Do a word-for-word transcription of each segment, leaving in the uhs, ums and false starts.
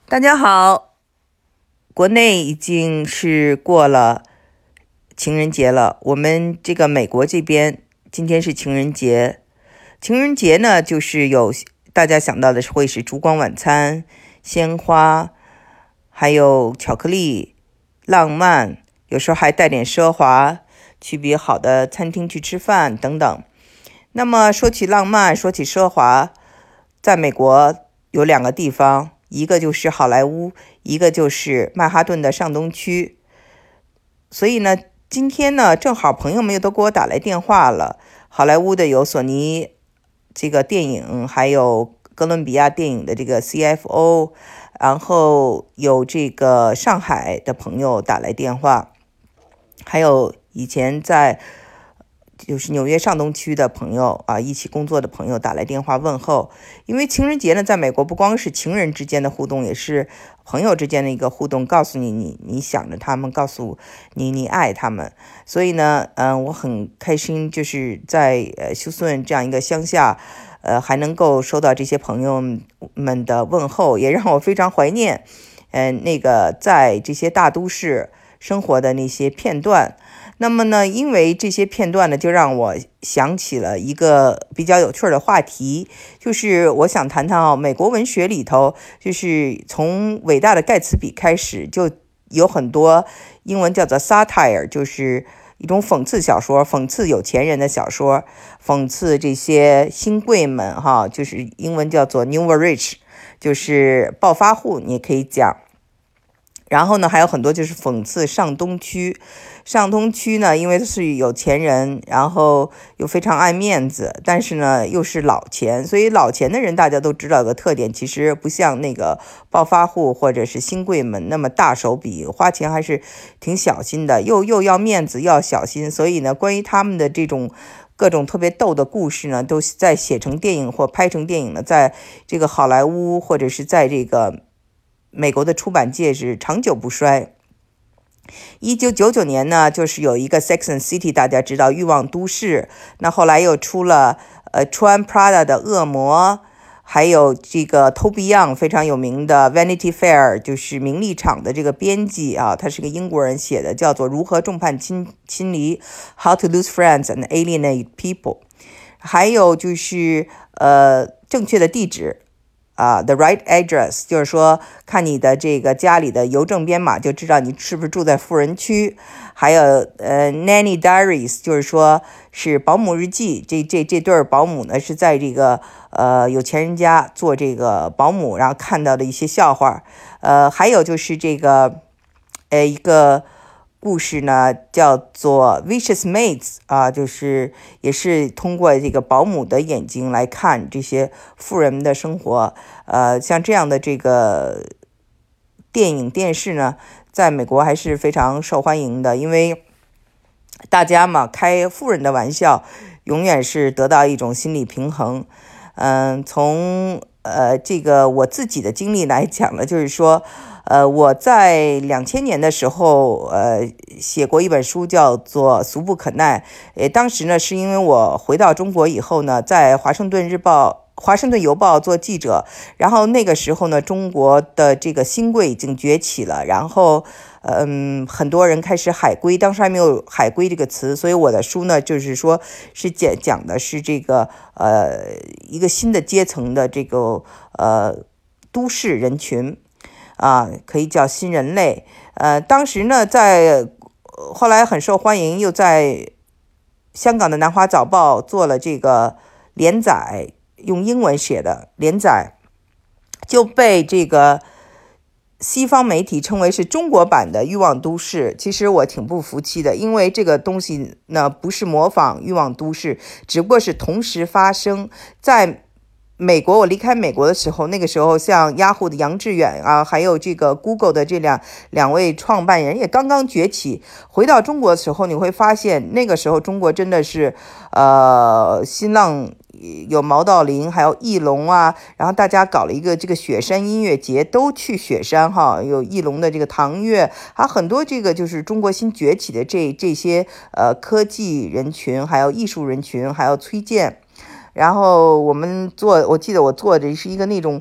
大家好，国内已经是过了情人节了，我们这个美国这边今天是情人节。情人节呢，就是有大家想到的会是烛光晚餐、鲜花，还有巧克力、浪漫，有时候还带点奢华，去比好的餐厅去吃饭等等。那么说起浪漫，说起奢华，在美国有两个地方，一个就是好莱坞，一个就是曼哈顿的上东区。所以呢，今天呢，正好朋友们又都给我打来电话了。好莱坞的有索尼这个电影，还有哥伦比亚电影的这个 C F O， 然后有这个上海的朋友打来电话，还有以前在就是纽约上东区的朋友啊，一起工作的朋友打来电话问候。因为情人节呢，在美国不光是情人之间的互动，也是朋友之间的一个互动，告诉你你你想着他们，告诉你你爱他们。所以呢，嗯、呃，我很开心，就是在呃休斯顿这样一个乡下，呃，还能够收到这些朋友们的问候，也让我非常怀念，嗯、呃，那个在这些大都市生活的那些片段。那么呢，因为这些片段呢，就让我想起了一个比较有趣的话题，就是我想谈谈哦，美国文学里头，就是从伟大的盖茨比开始，就有很多英文叫做 satire， 就是一种讽刺小说，讽刺有钱人的小说，讽刺这些新贵们哈，就是英文叫做 new rich， 就是暴发户，你也可以讲。然后呢，还有很多就是讽刺上东区。上东区呢，因为是有钱人，然后又非常爱面子，但是呢又是老钱，所以老钱的人大家都知道有个特点，其实不像那个暴发户或者是新贵们那么大手笔，花钱还是挺小心的，又又要面子又要小心。所以呢，关于他们的这种各种特别逗的故事呢，都在写成电影或拍成电影呢，在这个好莱坞或者是在这个美国的出版界是长久不衰。一九九九年呢，就是有一个 Sex and City， 大家知道欲望都市，那后来又出了呃穿 Prada 的恶魔，还有这个 Toby Young 非常有名的 Vanity Fair， 就是名利场的这个编辑啊，他是个英国人写的，叫做如何众叛亲亲离 How to Lose Friends and Alienate People， 还有就是呃正确的地址啊、uh, ，the right address， 就是说看你的这个家里的邮政编码就知道你是不是住在富人区。还有呃 nanny diaries， 就是说是保姆日记，这这这对保姆呢是在这个呃有钱人家做这个保姆，然后看到的一些笑话。呃，还有就是这个呃一个故事呢，叫做 Vicious Maids 啊，就是也是通过这个保姆的眼睛来看这些富人们的生活。呃，像这样的这个电影电视呢，在美国还是非常受欢迎的，因为大家嘛，开富人的玩笑，永远是得到一种心理平衡。嗯、呃，从呃这个我自己的经历来讲呢，就是说。呃，我在两千年的时候，呃，写过一本书，叫做《俗不可耐》。呃，当时呢，是因为我回到中国以后呢，在华盛顿日报、华盛顿邮报做记者，然后那个时候呢，中国的这个新贵已经崛起了，然后，嗯，很多人开始海归，当时还没有海归这个词，所以我的书呢，就是说是讲讲的是这个呃一个新的阶层的这个呃都市人群。啊，可以叫新人类。呃，当时呢，在后来很受欢迎，又在香港的南华早报做了这个连载，用英文写的连载，就被这个西方媒体称为是中国版的欲望都市。其实我挺不服气的，因为这个东西呢不是模仿欲望都市，只不过是同时发生在美国。我离开美国的时候，那个时候像雅虎的杨致远啊，还有这个 Google 的这两两位创办人也刚刚崛起。回到中国的时候，你会发现那个时候中国真的是呃新浪有毛道林，还有翼龙啊，然后大家搞了一个这个雪山音乐节，都去雪山哈，有翼龙的这个唐乐，还有很多这个就是中国新崛起的这这些呃科技人群，还有艺术人群，还有崔健。然后我们做，我记得我做的是一个那种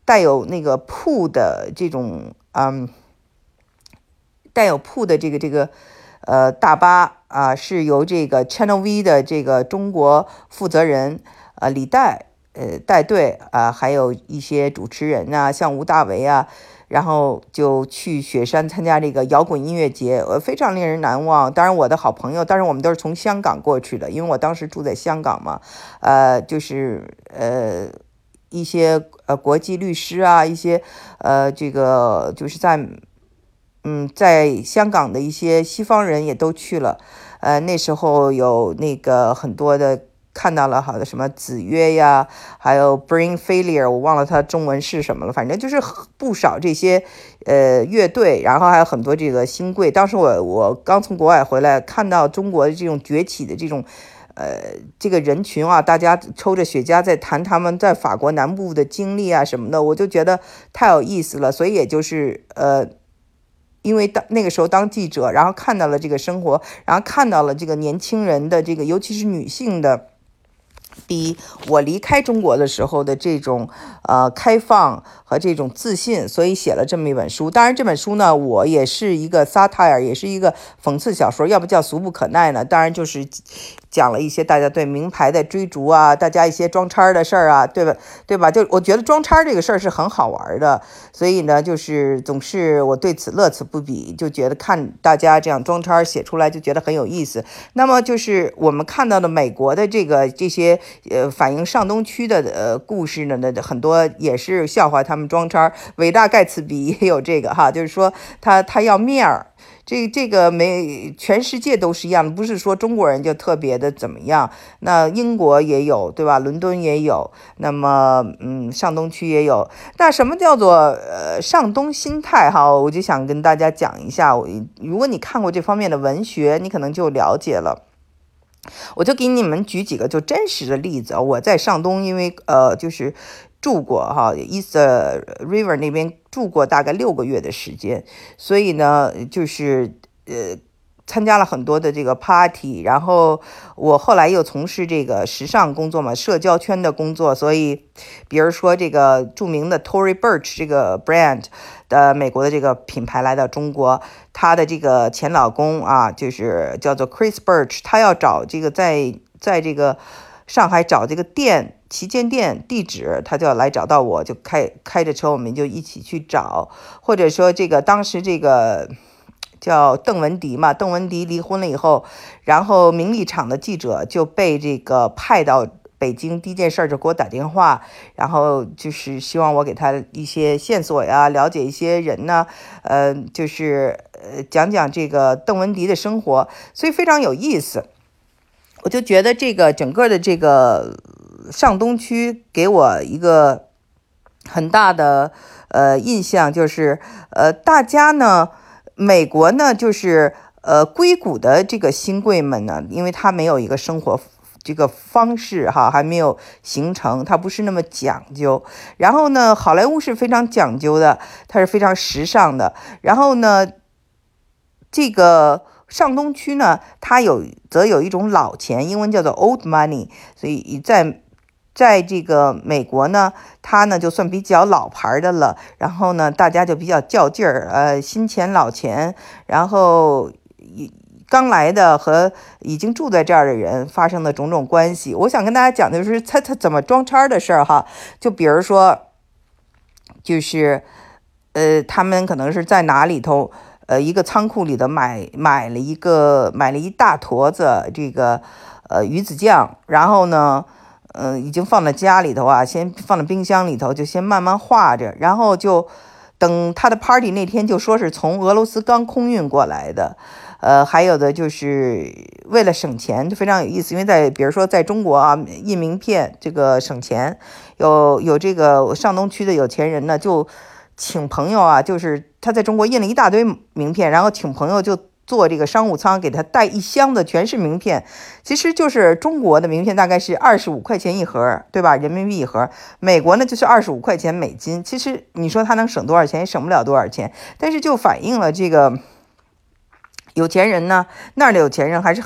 带有那个铺的这种嗯，带有铺的这个这个呃大巴啊，是由这个 Channel V 的这个中国负责人呃李代呃带队啊，还有一些主持人啊，像吴大维啊。然后就去雪山参加这个摇滚音乐节，呃，非常令人难忘。当然，我的好朋友，当然我们都是从香港过去的，因为我当时住在香港嘛，呃，就是呃一些呃国际律师啊，一些呃这个就是在嗯在香港的一些西方人也都去了，呃，那时候有那个很多的。看到了好的什么子曰呀，还有 Brain Failure， 我忘了它中文是什么了，反正就是不少这些呃乐队，然后还有很多这个新贵。当时我我刚从国外回来，看到中国的这种崛起的这种呃这个人群啊，大家抽着雪茄在谈他们在法国南部的经历啊什么的，我就觉得太有意思了。所以也就是呃。因为当那个时候当记者，然后看到了这个生活，然后看到了这个年轻人的这个，尤其是女性的。比我离开中国的时候的这种呃开放和这种自信，所以写了这么一本书。当然这本书呢，我也是一个 satire， 也是一个讽刺小说，要不叫俗不可耐呢？当然就是讲了一些大家对名牌的追逐啊，大家一些装叉的事儿啊，对吧？对吧？就我觉得装叉这个事儿是很好玩的，所以呢，就是总是我对此乐此不疲，就觉得看大家这样装叉写出来就觉得很有意思。那么就是我们看到的美国的这个这些呃反映上东区的呃故事呢，那很多也是笑话他们装叉。伟大盖茨比也有这个哈，就是说他他要面儿。这这个没全世界都是一样的，不是说中国人就特别的怎么样。那英国也有，对吧？伦敦也有，那么嗯，上东区也有。那什么叫做呃上东心态哈？我就想跟大家讲一下。我如果你看过这方面的文学，你可能就了解了。我就给你们举几个就真实的例子。我在上东，因为呃就是住过哈 East River 那边住过大概六个月的时间，所以呢就是呃参加了很多的这个 party， 然后我后来又从事这个时尚工作嘛，社交圈的工作，所以比如说这个著名的 Tory Burch 这个 brand 的美国的这个品牌来到中国，她的这个前老公啊，就是叫做 Chris Burch， 他要找这个在在这个上海找这个店旗舰店地址，他就要来找到我，就开开着车，我们就一起去找。或者说这个当时这个叫邓文迪嘛，邓文迪离婚了以后，然后名利场的记者就被这个派到北京，第一件事就给我打电话，然后就是希望我给他一些线索呀，了解一些人呢，呃，就是呃讲讲这个邓文迪的生活，所以非常有意思。我就觉得这个整个的这个上东区给我一个很大的呃印象，就是呃大家呢，美国呢就是呃硅谷的这个新贵们呢，因为他没有一个生活这个方式哈，还没有形成，它不是那么讲究。然后呢，好莱坞是非常讲究的，它是非常时尚的。然后呢，这个上东区呢，它有则有一种老钱，英文叫做 old money， 所以在在这个美国呢，它呢就算比较老牌的了。然后呢，大家就比较较劲儿，呃，新钱老钱，然后刚来的和已经住在这儿的人发生的种种关系。我想跟大家讲的就是他他怎么装叉的事儿哈。就比如说，就是呃，他们可能是在哪里头。呃，一个仓库里的买买了一个买了一大坨子这个呃鱼子酱，然后呢，呃，已经放在家里头啊，先放在冰箱里头，就先慢慢化着，然后就等他的 party 那天就说是从俄罗斯刚空运过来的。呃，还有的就是为了省钱，就非常有意思，因为在比如说在中国啊，印名片这个省钱，有有这个上东区的有钱人呢就。请朋友啊，就是他在中国印了一大堆名片，然后请朋友就坐这个商务舱，给他带一箱子全是名片。其实就是中国的名片大概是二十五块钱一盒，对吧？人民币一盒。美国呢就是二十五块钱美金。其实你说他能省多少钱，也省不了多少钱。但是就反映了这个有钱人呢，那儿的有钱人还是很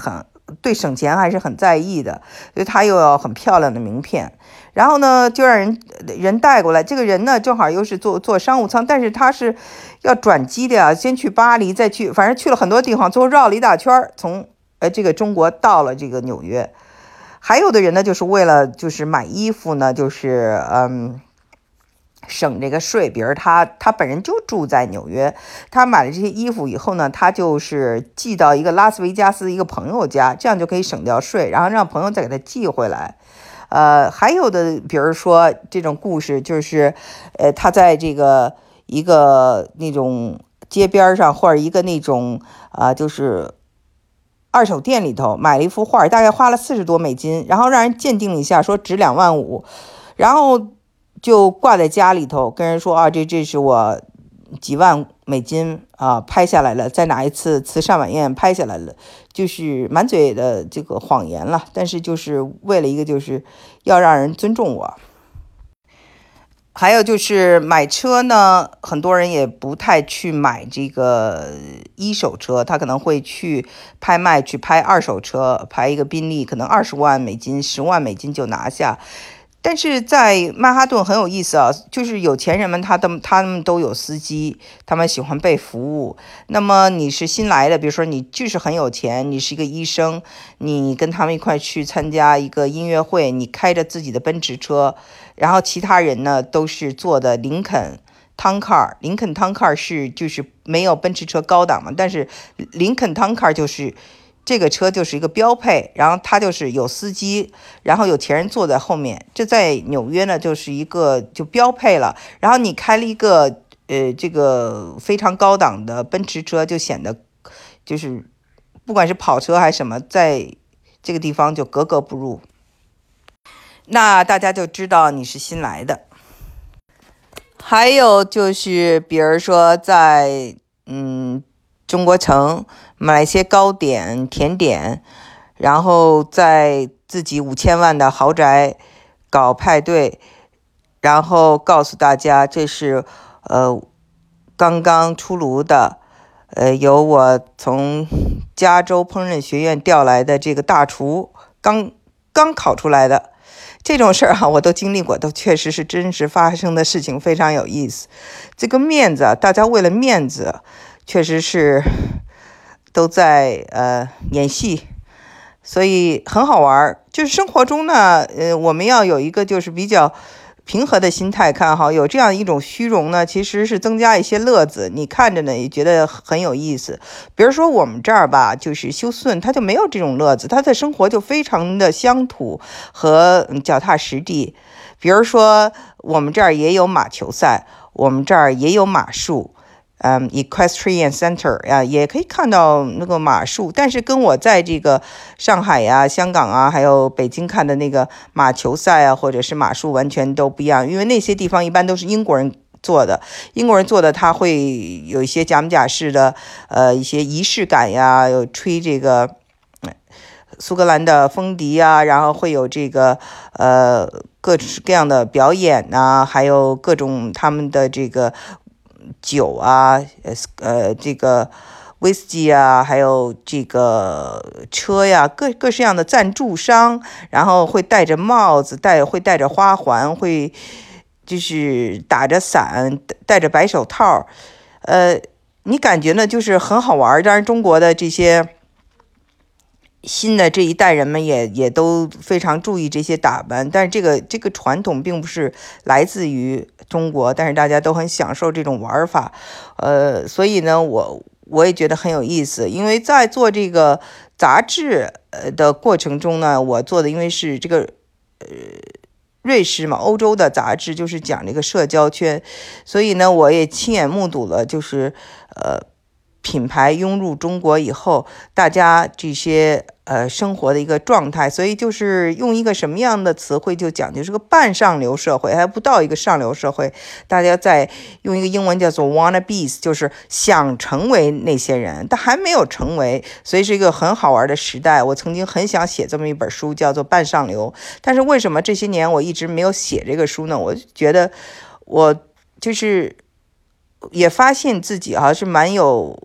对省钱还是很在意的，所以他又要很漂亮的名片，然后呢就让人人带过来。这个人呢正好又是坐坐商务舱，但是他是要转机的呀，先去巴黎，再去，反正去了很多地方，最后绕了一大圈，从呃这个中国到了这个纽约。还有的人呢就是为了就是买衣服呢，就是嗯。省这个税，比如他他本人就住在纽约，他买了这些衣服以后呢，他就是寄到一个拉斯维加斯一个朋友家，这样就可以省掉税，然后让朋友再给他寄回来。呃，还有的，比如说这种故事，就是呃，他在这个一个那种街边上，或者一个那种啊、呃，就是二手店里头买了一幅画，大概花了四十多美金，然后让人鉴定了一下，说值两万五，然后就挂在家里头，跟人说啊，这这是我几万美金啊拍下来了，在哪一次慈善晚宴拍下来了，就是满嘴的这个谎言了，但是就是为了一个就是要让人尊重我。还有就是买车呢，很多人也不太去买这个一手车，他可能会去拍卖，去拍二手车，拍一个宾利，可能二十万美金、十万美金就拿下。但是在曼哈顿很有意思啊，就是有钱人们他的他们都有司机，他们喜欢被服务。那么你是新来的，比如说你就是很有钱，你是一个医生，你跟他们一块去参加一个音乐会，你开着自己的奔驰车，然后其他人呢都是坐的林肯汤 car， 林肯汤 car 是就是没有奔驰车高档嘛，但是林肯汤 car 就是这个车就是一个标配，然后它就是有司机，然后有钱人坐在后面，这在纽约呢就是一个就标配了。然后你开了一个呃这个非常高档的奔驰车，就显得就是不管是跑车还是什么，在这个地方就格格不入。那大家就知道你是新来的。还有就是比如说在嗯中国城买一些糕点甜点，然后在自己五千万的豪宅搞派对，然后告诉大家这是呃刚刚出炉的，呃由我从加州烹饪学院调来的这个大厨刚刚烤出来的。这种事儿啊，我都经历过，都确实是真实发生的事情，非常有意思。这个面子啊，大家为了面子，确实是都在呃演戏，所以很好玩。就是生活中呢，呃，我们要有一个就是比较平和的心态看哈，有这样一种虚荣呢，其实是增加一些乐子，你看着呢也觉得很有意思。比如说我们这儿吧，就是休斯顿，他就没有这种乐子，他的生活就非常的乡土和脚踏实地。比如说我们这儿也有马球赛，我们这儿也有马术。嗯 ，Equestrian Center 啊，也可以看到那个马术，但是跟我在这个上海呀、香港啊，还有北京看的那个马球赛啊，或者是马术完全都不一样，因为那些地方一般都是英国人做的，英国人做的他会有一些假模假式的呃一些仪式感呀，有吹这个苏格兰的风笛啊，然后会有这个呃各式各样的表演呐、啊，还有各种他们的这个酒啊，呃呃，这个威士忌啊，还有这个车呀，各各式样的赞助商，然后会戴着帽子，戴会戴着花环，会就是打着伞，戴着白手套，呃，你感觉呢就是很好玩。当然，中国的这些新的这一代人们也也都非常注意这些打扮，但是这个这个传统并不是来自于中国，但是大家都很享受这种玩法，呃，所以呢，我我也觉得很有意思，因为在做这个杂志呃的过程中呢，我做的因为是这个呃瑞士嘛，欧洲的杂志就是讲这个社交圈，所以呢，我也亲眼目睹了，就是呃。品牌涌入中国以后，大家这些呃生活的一个状态，所以就是用一个什么样的词汇就讲，就是个半上流社会，还不到一个上流社会。大家在用一个英文叫做 wannabes， 就是想成为那些人，但还没有成为，所以是一个很好玩的时代。我曾经很想写这么一本书，叫做《半上流》，但是为什么这些年我一直没有写这个书呢？我觉得我就是也发现自己还是蛮有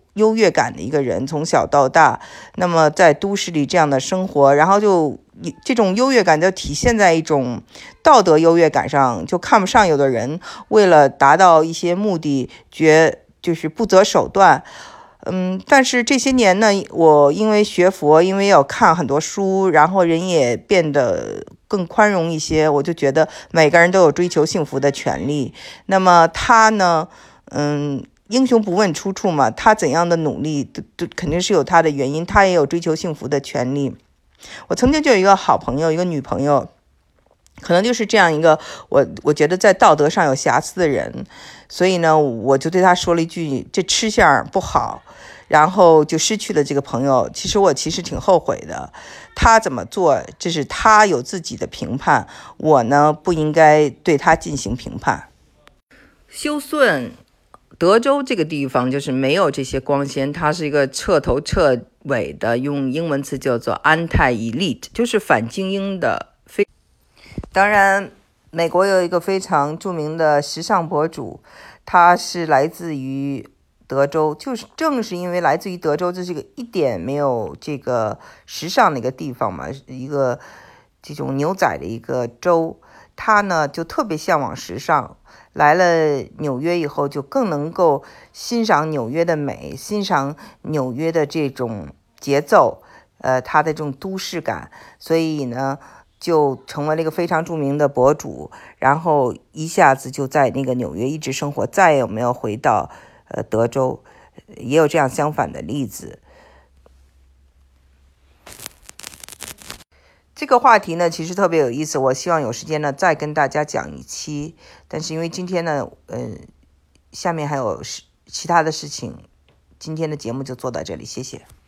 优越感的一个人，从小到大，那么在都市里这样的生活，然后就这种优越感就体现在一种道德优越感上，就看不上有的人为了达到一些目的，绝就是不择手段。嗯，但是这些年呢，我因为学佛，因为要看很多书，然后人也变得更宽容一些，我就觉得每个人都有追求幸福的权利。那么他呢，嗯，英雄不问出处嘛，他怎样的努力都都肯定是有他的原因，他也有追求幸福的权利。我曾经就有一个好朋友，一个女朋友，可能就是这样一个我我觉得在道德上有瑕疵的人，所以呢，我就对他说了一句这吃相不好，然后就失去了这个朋友。其实我其实挺后悔的，他怎么做这是他有自己的评判，我呢不应该对他进行评判。休顺德州这个地方就是没有这些光鲜，它是一个彻头彻尾的，用英文词叫做 anti-elite， 就是反精英的。当然美国有一个非常著名的时尚博主，他是来自于德州，就是正是因为来自于德州，这是一个一点没有这个时尚的一个地方嘛，一个这种牛仔的一个州，他呢就特别向往时尚，来了纽约以后就更能够欣赏纽约的美，欣赏纽约的这种节奏，呃，他的这种都市感，所以呢就成为了一个非常著名的博主，然后一下子就在那个纽约一直生活，再也没有回到呃德州，也有这样相反的例子。这个话题呢其实特别有意思，我希望有时间呢再跟大家讲一期，但是因为今天呢呃下面还有其他的事情，今天的节目就做到这里，谢谢。